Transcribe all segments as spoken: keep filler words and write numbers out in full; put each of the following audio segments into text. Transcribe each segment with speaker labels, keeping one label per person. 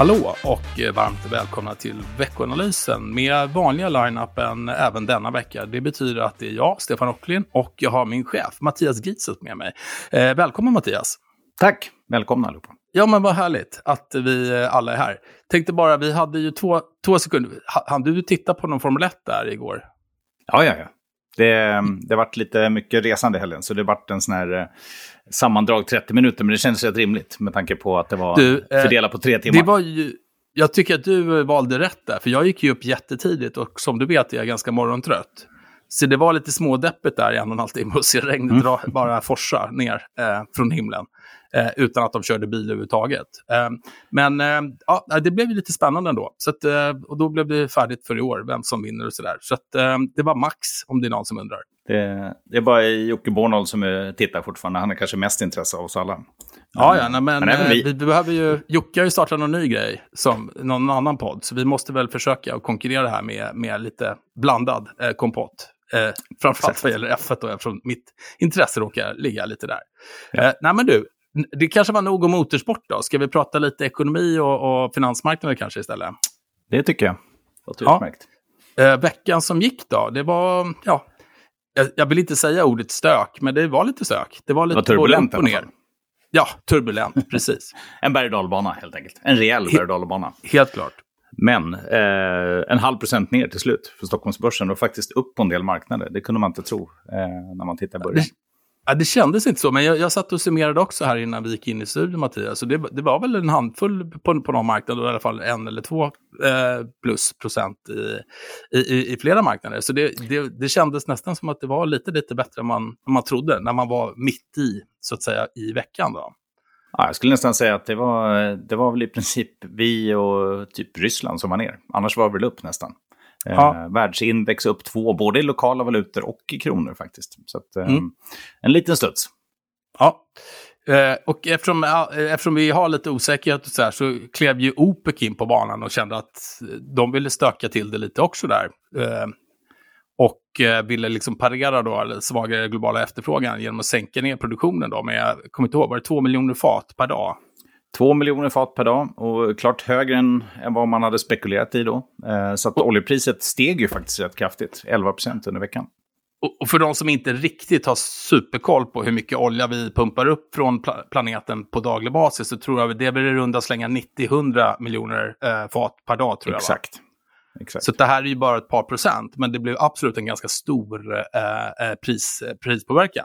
Speaker 1: Hallå och varmt välkomna till veckoanalysen med vanliga line-upen även denna vecka. Det betyder att det är jag, Stefan Ocklin, och jag har min chef Mattias Gitzelt med mig. Eh, välkommen Mattias.
Speaker 2: Tack, välkomna allihopa.
Speaker 1: Ja, men vad härligt att vi alla är här. Tänkte bara, vi hade ju två, två sekunder. Hann du titta på någon Formel ett där igår?
Speaker 2: Ja, ja, ja. Det, det varit lite mycket resande i helgen, så det varit en sån här eh, sammandrag trettio minuter, men det känns rätt rimligt med tanke på att det var du, eh, fördelat på tre timmar.
Speaker 1: Det var ju, jag tycker att du valde rätt där, för jag gick ju upp jättetidigt och som du vet är jag ganska morgontrött. Så det var lite smådeppigt där i en och en halv timme och se regnet mm. dra, bara forsa ner eh, från himlen. Eh, utan att de körde bil överhuvudtaget. Eh, men eh, ja, det blev ju lite spännande ändå. Så att, eh, och då blev det färdigt för i år, vem som vinner och sådär. Så att, eh, det var Max, om det är någon som undrar.
Speaker 2: Det, det är bara Jocke Bornold som tittar fortfarande. Han är kanske mest intresse av oss alla.
Speaker 1: Ja, ja nej, men, men vi...
Speaker 2: vi...
Speaker 1: vi behöver ju... Jocke har ju startat någon ny grej, som någon annan podd. Så vi måste väl försöka att konkurrera här med, med lite blandad eh, kompott. Eh, framförallt Exakt. Vad gäller F ett då, eftersom mitt intresse råkar ligga lite där. Ja. Eh, nej men du, det kanske var nog om motorsport då. Ska vi prata lite ekonomi och, och finansmarknaden kanske istället? Det
Speaker 2: tycker jag. Ja.
Speaker 1: Eh, veckan som gick då, det var, ja, jag, jag vill inte säga ordet stök, men det var lite stök. Det var lite
Speaker 2: det var turbulent
Speaker 1: både upp och ner. Ja, turbulent, precis.
Speaker 2: En berg- och dalbana helt enkelt. En rejäl berg- och dalbana.
Speaker 1: Helt klart.
Speaker 2: Men eh, en halv procent ner till slut för Stockholmsbörsen och faktiskt upp på en del marknader. Det kunde man inte tro eh, när man tittar i början.
Speaker 1: Det, ja, det kändes inte så, men jag, jag satt och summerade också här innan vi gick in i studion, Mattias. Så det, det var väl en handfull på, på någon marknad, och i alla fall en eller två eh, plus procent i, i, i flera marknader. Så det, det, det kändes nästan som att det var lite, lite bättre än man, än man trodde när man var mitt i, så att säga, i veckan då.
Speaker 2: Ja, jag skulle nästan säga att det var, det var väl i princip vi och typ Ryssland som var ner. Annars var det väl upp nästan. Ja. Eh, världsindex upp två, både i lokala valutor och i kronor faktiskt. Så att, eh, mm. en liten studs.
Speaker 1: Ja, eh, och eftersom, eh, eftersom vi har lite osäkerhet och så här, så klev ju OPEC in på banan och kände att de ville stöka till det lite också där. Eh, Och eh, ville liksom parera då, eller svagare globala efterfrågan genom att sänka ner produktionen då med, jag kommer inte ihåg, var det två miljoner fat per dag?
Speaker 2: Två miljoner fat per dag, och klart högre än, än vad man hade spekulerat i då. Eh, så att och, oljepriset steg ju faktiskt rätt kraftigt, elva procent under veckan.
Speaker 1: Och, och för de som inte riktigt har superkoll på hur mycket olja vi pumpar upp från pla- planeten på daglig basis, så tror jag det är väl i runda slänga nittio till hundra miljoner eh, fat per dag, tror jag.
Speaker 2: Exakt. Exakt.
Speaker 1: Så det här är ju bara ett par procent, men det blev absolut en ganska stor eh, pris, prispåverkan.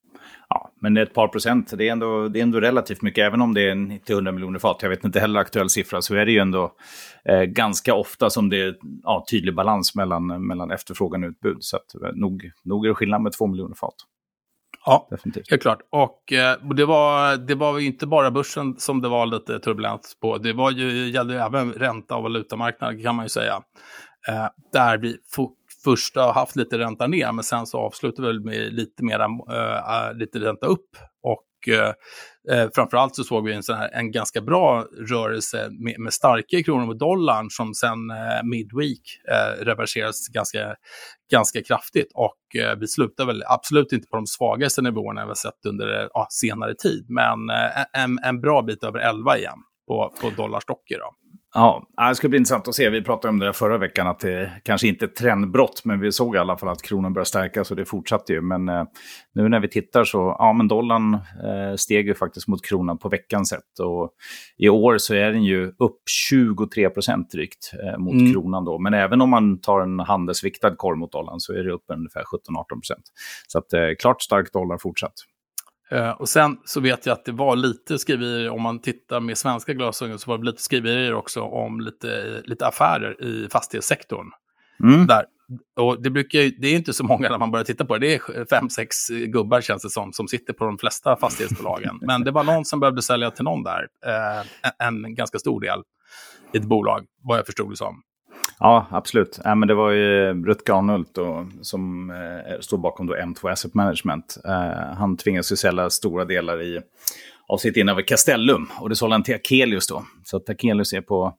Speaker 2: Ja, men ett par procent, det är ändå, det är ändå relativt mycket, även om det är nittio till hundra miljoner fat. Jag vet inte heller aktuell siffra, så är det ju ändå eh, ganska ofta som det är ja, tydlig balans mellan, mellan efterfrågan och utbud. Så att, nog, nog är det skillnad med två miljoner fat.
Speaker 1: Ja,
Speaker 2: definitivt.
Speaker 1: Helt klart. Och eh, det, var, det var ju inte bara börsen som det var lite turbulens på. Det var ju, gällde ju även ränta- och valutamarknaden, kan man ju säga. Eh, där vi f- först har haft lite ränta ner, men sen så avslutar vi med lite, mera, eh, lite ränta upp. Och eh, framförallt så såg vi en, sån här, en ganska bra rörelse med, med starka kronor mot dollarn som sen eh, midweek eh, reverseras ganska, ganska kraftigt. Och eh, vi slutar väl absolut inte på de svagaste nivåerna vi har sett under ja, senare tid. Men eh, en, en bra bit över elva igen på, på dollarstocker då.
Speaker 2: Ja, det ska bli intressant att se. Vi pratade om det förra veckan, att det kanske inte är trendbrott, men vi såg i alla fall att kronan börjar stärkas och det fortsatte ju. Men eh, nu när vi tittar så, ja men dollarn eh, steg ju faktiskt mot kronan på veckans sätt. Och i år så är den ju upp tjugotre procent drygt eh, mot mm. kronan då. Men även om man tar en handelsviktad korg mot dollarn så är det upp ungefär sjutton till arton procent. Så att eh, klart stark dollar fortsatt.
Speaker 1: Uh, och sen så vet jag att det var lite skriverier, om man tittar med svenska glasögon så var det lite skriverier också om lite, lite affärer i fastighetssektorn. Mm. Där. Och det, brukar, det är inte så många när man börjar titta på det. Det är fem, sex gubbar känns det som, som sitter på de flesta fastighetsbolagen. Men det var någon som behövde sälja till någon där. Uh, en, en ganska stor del i ett bolag, vad jag förstod det som.
Speaker 2: Ja, absolut. Ja, men det var ju Rutger Arnult då, som eh, stod bakom då M två Asset Management. Eh, han tvingades ju sälja stora delar i, av sitt innehav i Castellum. Och det sålde han till Akelius då. Så att Akelius är på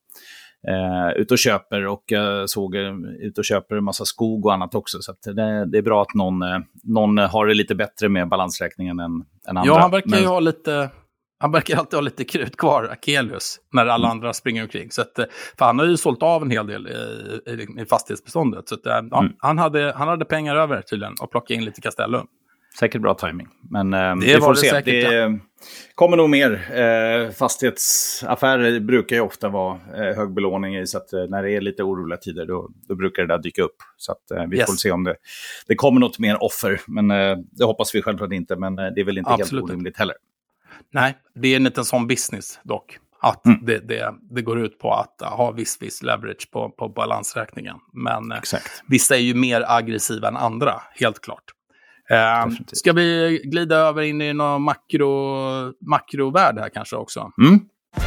Speaker 2: eh, ut och köper, och eh, såg ut och köper en massa skog och annat också. Så att det, det är bra att någon, eh, någon har det lite bättre med balansräkningen än, än andra.
Speaker 1: Ja, han verkar
Speaker 2: men...
Speaker 1: ju ha lite... Han verkar alltid ha lite krut kvar, Akelius, när alla mm. andra springer omkring. Så att, för han har ju sålt av en hel del i, i, i fastighetsbeståndet. Så att, ja, mm. han, hade, han hade pengar över tydligen och plocka in lite Castellum.
Speaker 2: Säkert bra timing. Men eh,
Speaker 1: det
Speaker 2: vi får
Speaker 1: det
Speaker 2: se.
Speaker 1: Säkert,
Speaker 2: det
Speaker 1: ja.
Speaker 2: kommer nog mer. Eh, fastighetsaffärer brukar ju ofta vara eh, hög belåning i. Så att eh, när det är lite oroliga tider då, då brukar det där dyka upp. Så att, eh, vi yes. får se om det, det kommer något mer offer. Men eh, det hoppas vi självklart inte. Men eh, det är väl inte Absolut. helt orimligt heller.
Speaker 1: Nej, det är inte en sån business dock. Att mm. det, det, det går ut på att ha viss, viss leverage på, på balansräkningen. Men
Speaker 2: Exakt.
Speaker 1: vissa är ju mer aggressiva än andra, helt klart. Eh, ska vi glida över in i någon makro, makrovärld här kanske också?
Speaker 2: Mm.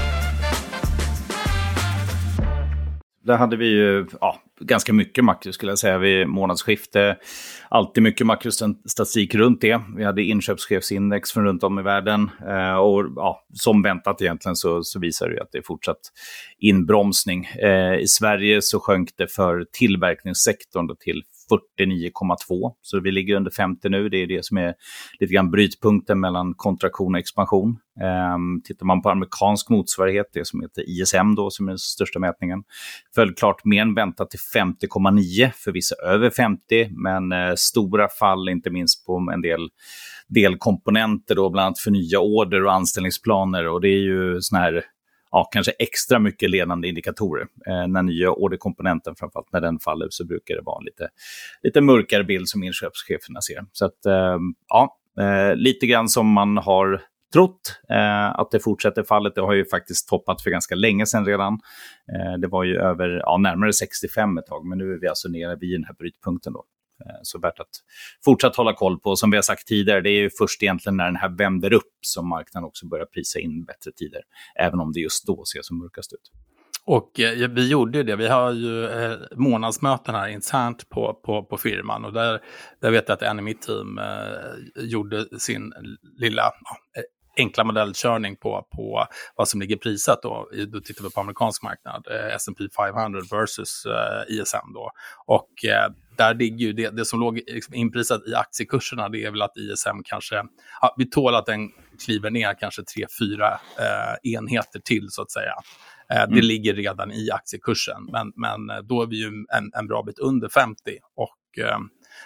Speaker 2: Där hade vi ju ja, ganska mycket makro skulle jag säga vid månadsskifte. Alltid mycket makrostatistik runt det. Vi hade inköpschefsindex från runt om i världen. Eh, och ja, som väntat egentligen så, så visar det ju att det är fortsatt inbromsning. Eh, I Sverige så sjönk det för tillverkningssektorn då till fyrtionio komma två. Så vi ligger under femtio nu. Det är det som är lite grann brytpunkten mellan kontraktion och expansion. Um, tittar man på amerikansk motsvarighet, det som heter I S M då, som är den största mätningen, föll klart mer än väntat till femtio komma nio, för vissa över femtio, men uh, stora fall inte minst på en del delkomponenter då, bland annat för nya order och anställningsplaner, och det är ju såna här ja, kanske extra mycket ledande indikatorer. Eh, när nya orderkomponenten, framförallt när den faller, så brukar det vara lite, lite mörkare bild som inköpscheferna ser. Så att, eh, ja, eh, lite grann som man har trott eh, att det fortsätter fallet. Det har ju faktiskt toppat för ganska länge sedan redan. Eh, det var ju över, ja, närmare sextiofem ett tag, men nu är vi alltså nere vid den här brytpunkten då. Så värt att fortsatt hålla koll på. Som vi har sagt tidigare, det är ju först egentligen när den här vänder upp som marknaden också börjar prisa in bättre tider. Även om det just då ser som mörkast ut.
Speaker 1: Och eh, vi gjorde ju det. Vi har ju eh, månadsmöten här internt på, på, på firman. Och där, där vet jag att en i mitt team eh, gjorde sin lilla eh, enkla modellkörning på, på vad som ligger prisat då. Då tittar vi på amerikansk marknad, eh, S and P femhundra versus eh, I S M då. Och eh, där ligger ju det, det som låg liksom inprisat i aktiekurserna, det är väl att I S M kanske, ja, vi tål att den kliver ner kanske tre, fyra eh, enheter till så att säga. Eh, mm. Det ligger redan i aktiekursen, men, men då är vi ju en, en bra bit under femtio, och eh,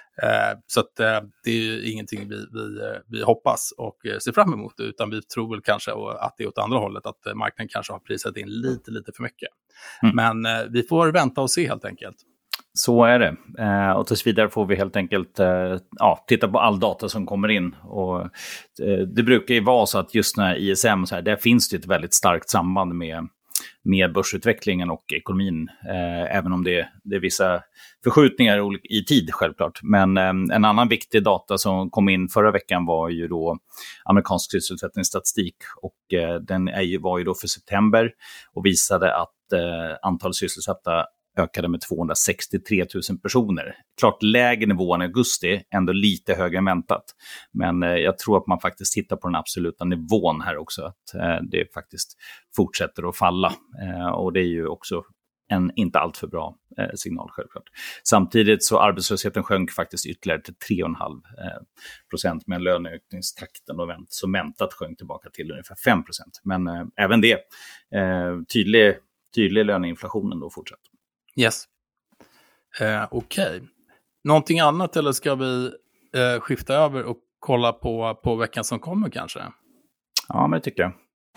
Speaker 1: Eh, så att, eh, det är ju ingenting vi, vi, vi hoppas och eh, ser fram emot, utan vi tror väl kanske att det är åt andra hållet, att eh, marknaden kanske har prisat in lite, lite för mycket. Mm. Men eh, vi får vänta och se helt enkelt.
Speaker 2: Så är det. Eh, och tills vidare får vi helt enkelt eh, ja, titta på all data som kommer in. Och, eh, det brukar ju vara så att just när I S M, så här, där finns det ett väldigt starkt samband med med börsutvecklingen och ekonomin, eh, även om det, det är vissa förskjutningar i tid självklart. Men eh, en annan viktig data som kom in förra veckan var ju då amerikansk sysselsättningsstatistik, och eh, den är ju, var ju då för september och visade att eh, antal sysselsatta ökade med tvåhundrasextiotre tusen personer. Klart lägre nivå än augusti, ändå lite högre än väntat. Men eh, jag tror att man faktiskt tittar på den absoluta nivån här också. Att eh, det faktiskt fortsätter att falla. Eh, och det är ju också en inte allt för bra eh, signal självklart. Samtidigt så arbetslösheten sjönk faktiskt ytterligare till tre komma fem procent, med löneökningstakten och vänt, så väntat sjönk tillbaka till ungefär fem procent. Men eh, även det, eh, tydlig, tydlig löneinflationen då fortsatt.
Speaker 1: Yes. Eh, Okej. Okay. Någonting annat, eller ska vi eh, skifta över och kolla på, på veckan som kommer kanske?
Speaker 2: Ja, men det tycker jag.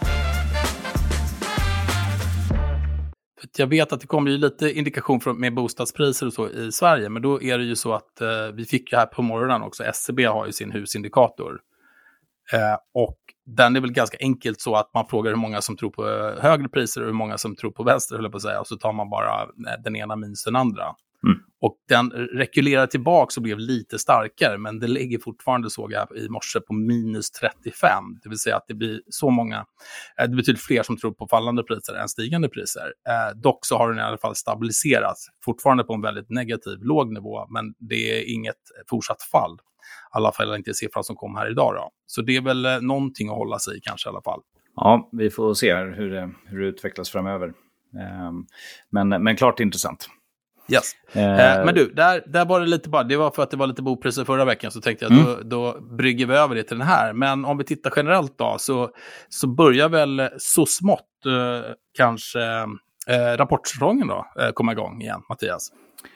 Speaker 1: För jag vet att det kommer ju lite indikation från, med bostadspriser och så i Sverige, men då är det ju så att eh, vi fick ju här på morgonen också, S C B har ju sin husindikator. Eh, och den är väl ganska enkelt så att man frågar hur många som tror på högre priser och hur många som tror på vänster, höll jag på att säga, och så tar man bara den ena minus den andra. Mm. Och den rekylerar tillbaka och blev lite starkare, men det ligger fortfarande, såg jag i morse, på minus trettiofem. Det vill säga att det blir så många, det betyder fler som tror på fallande priser än stigande priser. Eh, dock så har den i alla fall stabiliserats, fortfarande på en väldigt negativ, låg nivå, men det är inget fortsatt fall. I alla fall inte siffran som kom här idag då. Så det är väl eh, någonting att hålla sig i kanske i alla fall.
Speaker 2: Ja, vi får se hur det, hur det utvecklas framöver. Um, men, men klart intressant.
Speaker 1: Yes. Eh, men du, där, där var det lite bara, det var för att det var lite bopriser förra veckan, så tänkte jag mm. då, då brygger vi över det till den här. Men om vi tittar generellt då, så, så börjar väl så smått eh, kanske eh, rapportsäsongen då eh, komma igång igen, Mattias?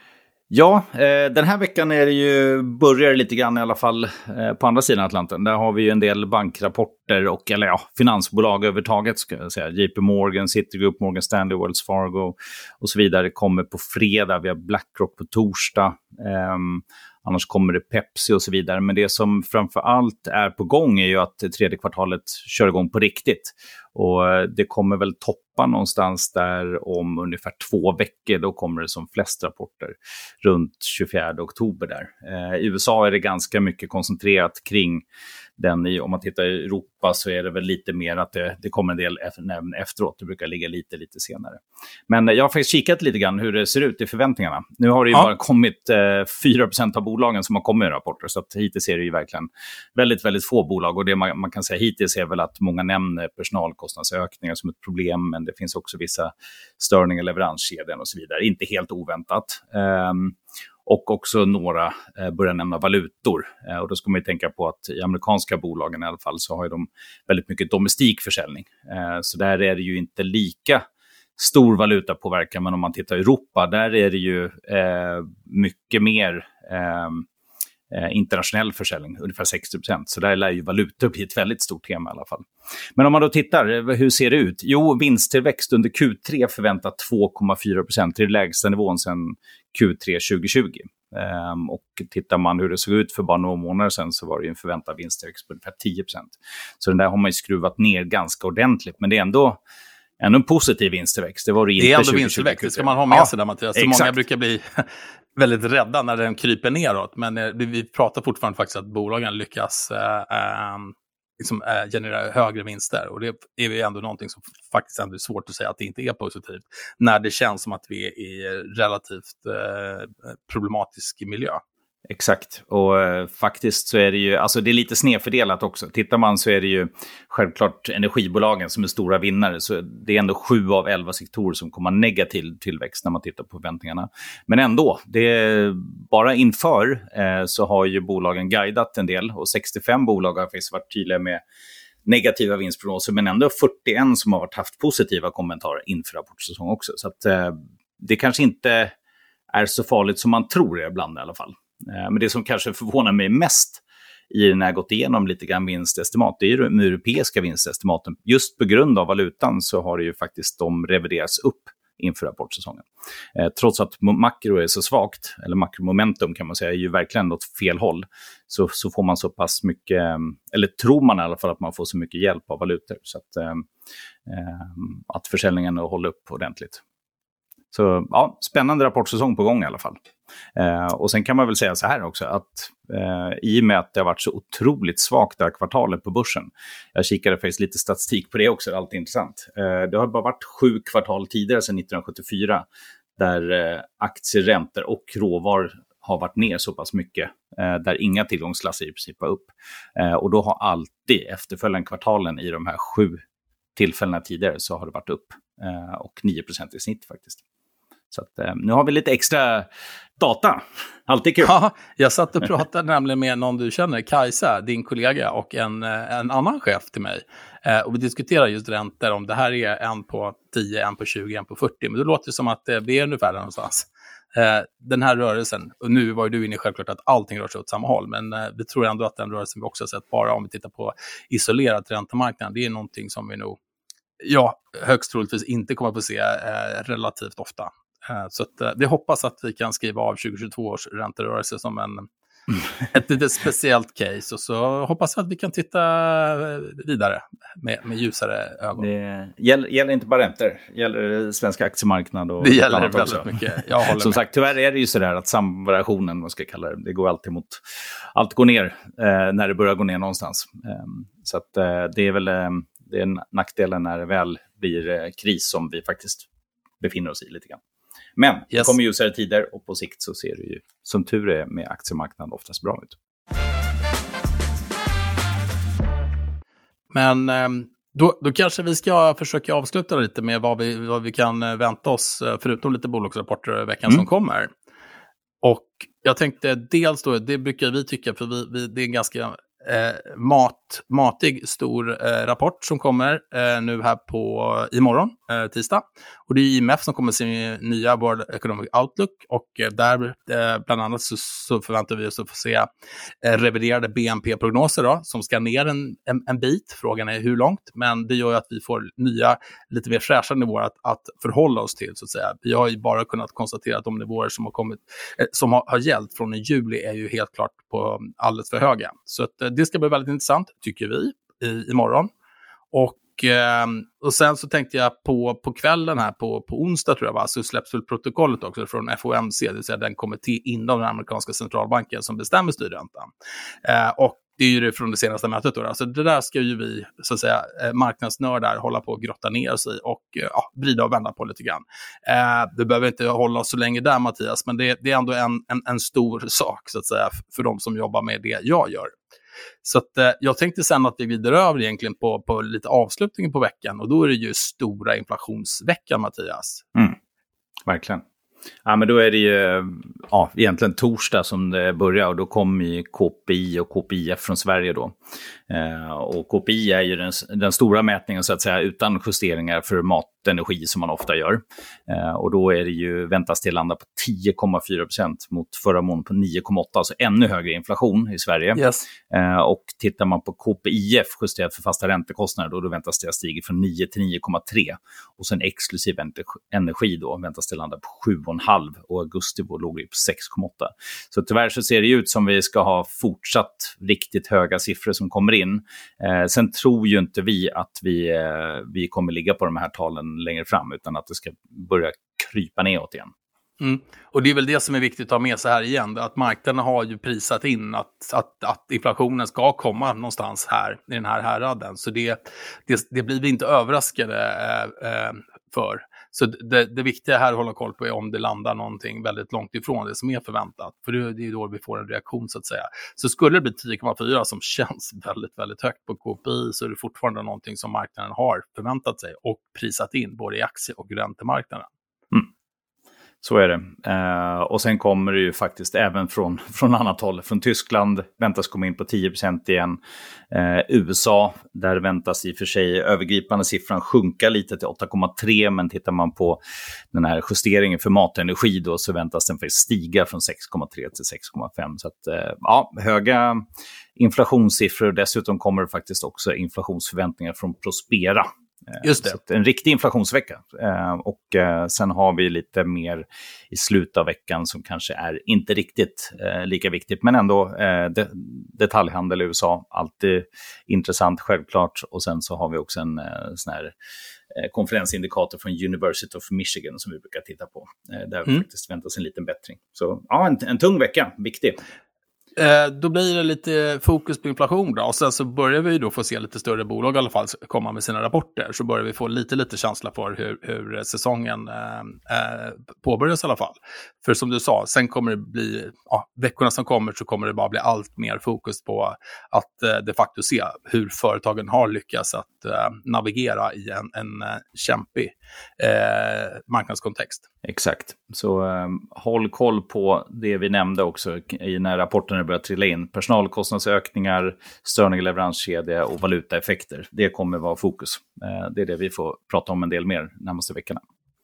Speaker 2: Ja, eh, den här veckan är det ju, börjar lite grann i alla fall eh, på andra sidan Atlanten. Där har vi ju en del bankrapporter och eller ja, finansbolag övertaget, ska jag säga. J P Morgan, Citigroup, Morgan Stanley, Wells Fargo och så vidare kommer på fredag. Vi har BlackRock på torsdag. Eh, annars kommer det Pepsi och så vidare. Men det som framför allt är på gång är ju att tredje kvartalet kör igång på riktigt. Och det kommer väl toppa någonstans där om ungefär två veckor. Då kommer det som flest rapporter runt tjugofjärde oktober där. Eh, I U S A är det ganska mycket koncentrerat kring den. I, om man tittar i Europa så är det väl lite mer att det, det kommer en del även efteråt. Det brukar ligga lite, lite senare. Men jag har faktiskt kikat lite grann hur det ser ut i förväntningarna. Nu har det ju ja. bara kommit eh, fyra procent av bolagen som har kommit i rapporter. Så att hittills är det ju verkligen väldigt, väldigt få bolag. Och det man, man kan säga hittills är väl att många nämner personalkostnadsökningar som ett problem. Men det finns också vissa störningar i leveranskedjan och så vidare. Inte helt oväntat. Um, Och också några eh, börjar nämna valutor. Eh, och då ska man ju tänka på att i amerikanska bolagen i alla fall så har ju de väldigt mycket domestik försäljning. Eh, så där är det ju inte lika stor valutapåverkan. Men om man tittar i Europa, där är det ju eh, mycket mer eh, internationell försäljning, ungefär sextio procent. Så där lär ju valutor bli ett väldigt stort tema i alla fall. Men om man då tittar, hur ser det ut? Jo, vinsttillväxt under Q tre förväntat två komma fyra procent till lägsta nivån sedan Q tre tjugohundratjugo. Um, och tittar man hur det såg ut för bara några månader sedan så var det ju en förväntad vinsttillväxt på ungefär tio procent. Så den där har man ju skruvat ner ganska ordentligt, men det är ändå Ändå en positiv vinsttillväxt. Det var det inte.
Speaker 1: Det är ändå vinsttillväxt, det ska man ha med ja, sig där, Mattias. Så många brukar bli väldigt rädda när den kryper neråt. Men eh, vi pratar fortfarande faktiskt att bolagen lyckas eh, eh, liksom, eh, generera högre vinster. Och det är ju ändå någonting som faktiskt ändå är svårt att säga att det inte är positivt. När det känns som att vi är i relativt eh, problematisk miljö.
Speaker 2: Exakt, och eh, faktiskt så är det ju, alltså det är lite snedfördelat också. Tittar man så är det ju självklart energibolagen som är stora vinnare. Så det är ändå sju av elva sektorer som kommer negativ tillväxt när man tittar på förväntningarna. Men ändå, det är bara inför eh, så har ju bolagen guidat en del. Och sextiofem bolag har faktiskt varit tydliga med negativa vinstprognoser. Men ändå fyrtioen som har varit haft positiva kommentarer inför rapportsäsong också. Så att eh, det kanske inte är så farligt som man tror ibland i alla fall. Men det som kanske förvånar mig mest i den här gått igenom lite grann vinstestimat, det är ju de europeiska vinstestimaten. Just på grund av valutan så har det ju faktiskt de reviderats upp inför rapportsäsongen. Eh, trots att makro är så svagt, eller makromomentum kan man säga, är ju verkligen åt fel håll. Så, så får man så pass mycket, eller tror man i alla fall att man får så mycket hjälp av valutor. Så att, eh, att försäljningen håller upp ordentligt. Så ja, spännande rapportsäsong på gång i alla fall. Eh, och sen kan man väl säga så här också att eh, i och med att det har varit så otroligt svagt det här kvartalet på börsen. Jag kikade faktiskt lite statistik på det också, det är alltid intressant. Eh, det har bara varit sju kvartal tidigare sedan nittonhundrasjuttiofyra där eh, aktier, och råvaror har varit ner så pass mycket. Eh, där inga tillgångsklasser i princip var upp. Eh, och då har alltid efterföljande kvartalen i de här sju tillfällena tidigare så har det varit upp. Eh, och nio procent i snitt faktiskt. Så att, eh, nu har vi lite extra data. Alltid kul.
Speaker 1: Ja, jag satt och pratade nämligen med någon du känner, Kajsa, din kollega, och en, en annan chef till mig. Eh, och vi diskuterar just räntor, om det här är en på tio, en på tjugo, en på fyrtio. Men det låter som att eh, vi är ungefär där någonstans. Eh, den här rörelsen, och nu var ju du inne självklart att allting rör sig åt samma håll. Men eh, vi tror ändå att den rörelsen vi också har sett, bara om vi tittar på isolerat räntemarknaden, det är någonting som vi nog, ja, högst troligtvis inte kommer att få se eh, relativt ofta. Så att, det hoppas att vi kan skriva av tjugohundratjugotvå års ränterörelse som en, ett lite speciellt case. Och så hoppas vi att vi kan titta vidare med, med ljusare ögon.
Speaker 2: Det gäller, gäller inte bara räntor, det gäller svenska aktiemarknad. Och
Speaker 1: det gäller väldigt också. Mycket. Jag håller
Speaker 2: som
Speaker 1: med.
Speaker 2: sagt, tyvärr är det ju sådär att samvariationen, vad ska jag kalla det, det går alltid mot, allt går ner eh, när det börjar gå ner någonstans. Eh, så att eh, det är väl eh, det är nackdelen när det väl blir eh, kris som vi faktiskt befinner oss i lite grann. Men yes. Det kommer ljusare tider och på sikt så ser det ju som tur är med aktiemarknaden oftast bra ut.
Speaker 1: Men eh, Då, då kanske vi ska försöka avsluta lite med vad vi, vad vi kan vänta oss, förutom lite bolagsrapporter i veckan mm. som kommer. Och jag tänkte dels då, det brukar vi tycka, för vi, vi, det är en ganska eh, mat, matig stor eh, rapport som kommer eh, nu här på imorgon, eh, tisdag. Och det är I M F som kommer sin nya World Economic Outlook, och eh, där eh, bland annat så, så förväntar vi oss att få se eh, reviderade B N P-prognoser då, som ska ner en, en, en bit. Frågan är hur långt, men det gör ju att vi får nya, lite mer fräscha nivåer att, att förhålla oss till, så att säga. Vi har ju bara kunnat konstatera att de nivåer som har kommit, eh, som har, har gällt från i juli är ju helt klart på alldeles för höga. Så att, eh, det ska bli väldigt intressant, tycker vi, i, imorgon. Och Och sen så tänkte jag på, på kvällen här, på, på onsdag tror jag va, så släpps väl protokollet också från F O M C, det vill säga den kommitté inom den amerikanska centralbanken som bestämmer styrräntan. Eh, och det är ju det från det senaste mötet då. Alltså det där ska ju vi, så att säga, marknadsnördar hålla på att grotta ner sig och ja, vrida och vända på lite grann. Eh, det behöver inte hålla oss så länge där, Mattias, men det, det är ändå en, en, en stor sak, så att säga, för de som jobbar med det jag gör. Så att, eh, jag tänkte sen att vi vidar över egentligen på, på lite avslutningen på veckan, och då är det ju stora inflationsveckan, Mattias.
Speaker 2: Mm, verkligen. Ja, men då är det ju ja, egentligen torsdag som det börjar, och då kommer ju K P I och K P I F från Sverige då. Eh, och K P I är ju den, den stora mätningen, så att säga, utan justeringar för matenergi som man ofta gör. Eh, och då är det ju, väntas till landa på tio komma fyra procent mot förra månaden på nio komma åtta, alltså ännu högre inflation i Sverige.
Speaker 1: Yes.
Speaker 2: Eh, och tittar man på K P I F justerat för fasta räntekostnader, då, då väntas det stiga från nio till nio komma tre. Och sen exklusiv energi då väntas det landa på sju komma fem, och augusti låg det på sex komma åtta. Så tyvärr så ser det ut som vi ska ha fortsatt riktigt höga siffror som kommer in. Eh, sen tror ju inte vi att vi, eh, vi kommer ligga på de här talen längre fram, utan att det ska börja krypa neråt igen.
Speaker 1: Mm. Och det är väl det som är viktigt att ha med sig här igen, att marknaden har ju prisat in att, att, att inflationen ska komma någonstans här i den här häraden. Så det, det, det blir vi inte överraskade eh, eh, för. Så det, det viktiga här att hålla koll på är om det landar någonting väldigt långt ifrån det som är förväntat. För det, det är då vi får en reaktion, så att säga. Så skulle det bli tio komma fyra som känns väldigt, väldigt högt på K P I, så är det fortfarande någonting som marknaden har förväntat sig och prisat in både i aktie- och räntemarknaden.
Speaker 2: Mm. Så är det. Eh, och sen kommer det ju faktiskt även från, från annat håll. Från Tyskland väntas komma in på tio procent igen. Eh, U S A, där väntas i och för sig övergripande siffran sjunka lite till åtta komma tre. Men tittar man på den här justeringen för matenergi då, så väntas den faktiskt stiga från sex komma tre till sex komma fem. Så att, eh, ja, höga inflationssiffror. Dessutom kommer det faktiskt också inflationsförväntningar från Prospera.
Speaker 1: Just det.
Speaker 2: Så en riktig inflationsvecka. Eh, och eh, sen har vi lite mer i slutet av veckan som kanske är inte riktigt eh, lika viktigt, men ändå eh, de- detaljhandel i U S A, alltid intressant självklart. Och sen så har vi också en eh, sån här eh, konferensindikator från University of Michigan som vi brukar titta på. Eh, där mm. faktiskt väntas en liten bättring. Så ja, en, en tung vecka, viktig.
Speaker 1: Eh, då blir det lite fokus på inflation då, och sen så börjar vi då få se lite större bolag i alla fall komma med sina rapporter, så börjar vi få lite lite känsla för hur, hur säsongen eh, eh, påbörjas i alla fall. För som du sa, sen kommer det bli, ja, veckorna som kommer så kommer det bara bli allt mer fokus på att eh, de facto se hur företagen har lyckats att eh, navigera i en, en eh, kämpig eh, marknadskontext.
Speaker 2: Exakt, så eh, håll koll på det vi nämnde också i när rapporten börjar trilla in. Personalkostnadsökningar, störning i leveranskedja och valutaeffekter. Det kommer vara fokus. Eh, det är det vi får prata om en del mer närmaste veckorna.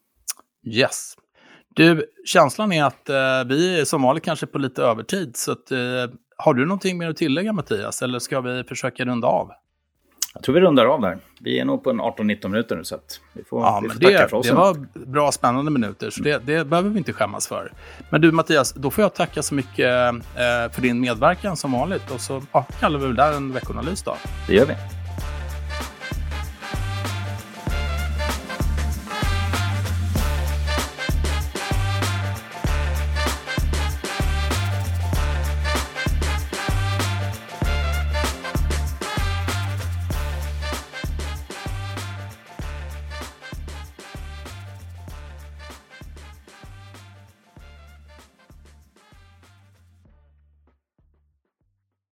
Speaker 1: Yes. Du, känslan är att eh, vi är som vanligt kanske på lite övertid, så att, eh, har du någonting mer att tillägga, Mattias, eller ska vi försöka runda av?
Speaker 2: Jag tror vi rundar av där. Vi är nog på en arton nitton minuter nu, så att vi får,
Speaker 1: ja,
Speaker 2: vi
Speaker 1: men
Speaker 2: får tacka
Speaker 1: det,
Speaker 2: för oss.
Speaker 1: Det var bra, spännande minuter, så det, det behöver vi inte skämmas för. Men du, Mattias, då får jag tacka så mycket eh, för din medverkan som vanligt, och så ja, kallar vi väl där en veckoanalys då.
Speaker 2: Det gör vi.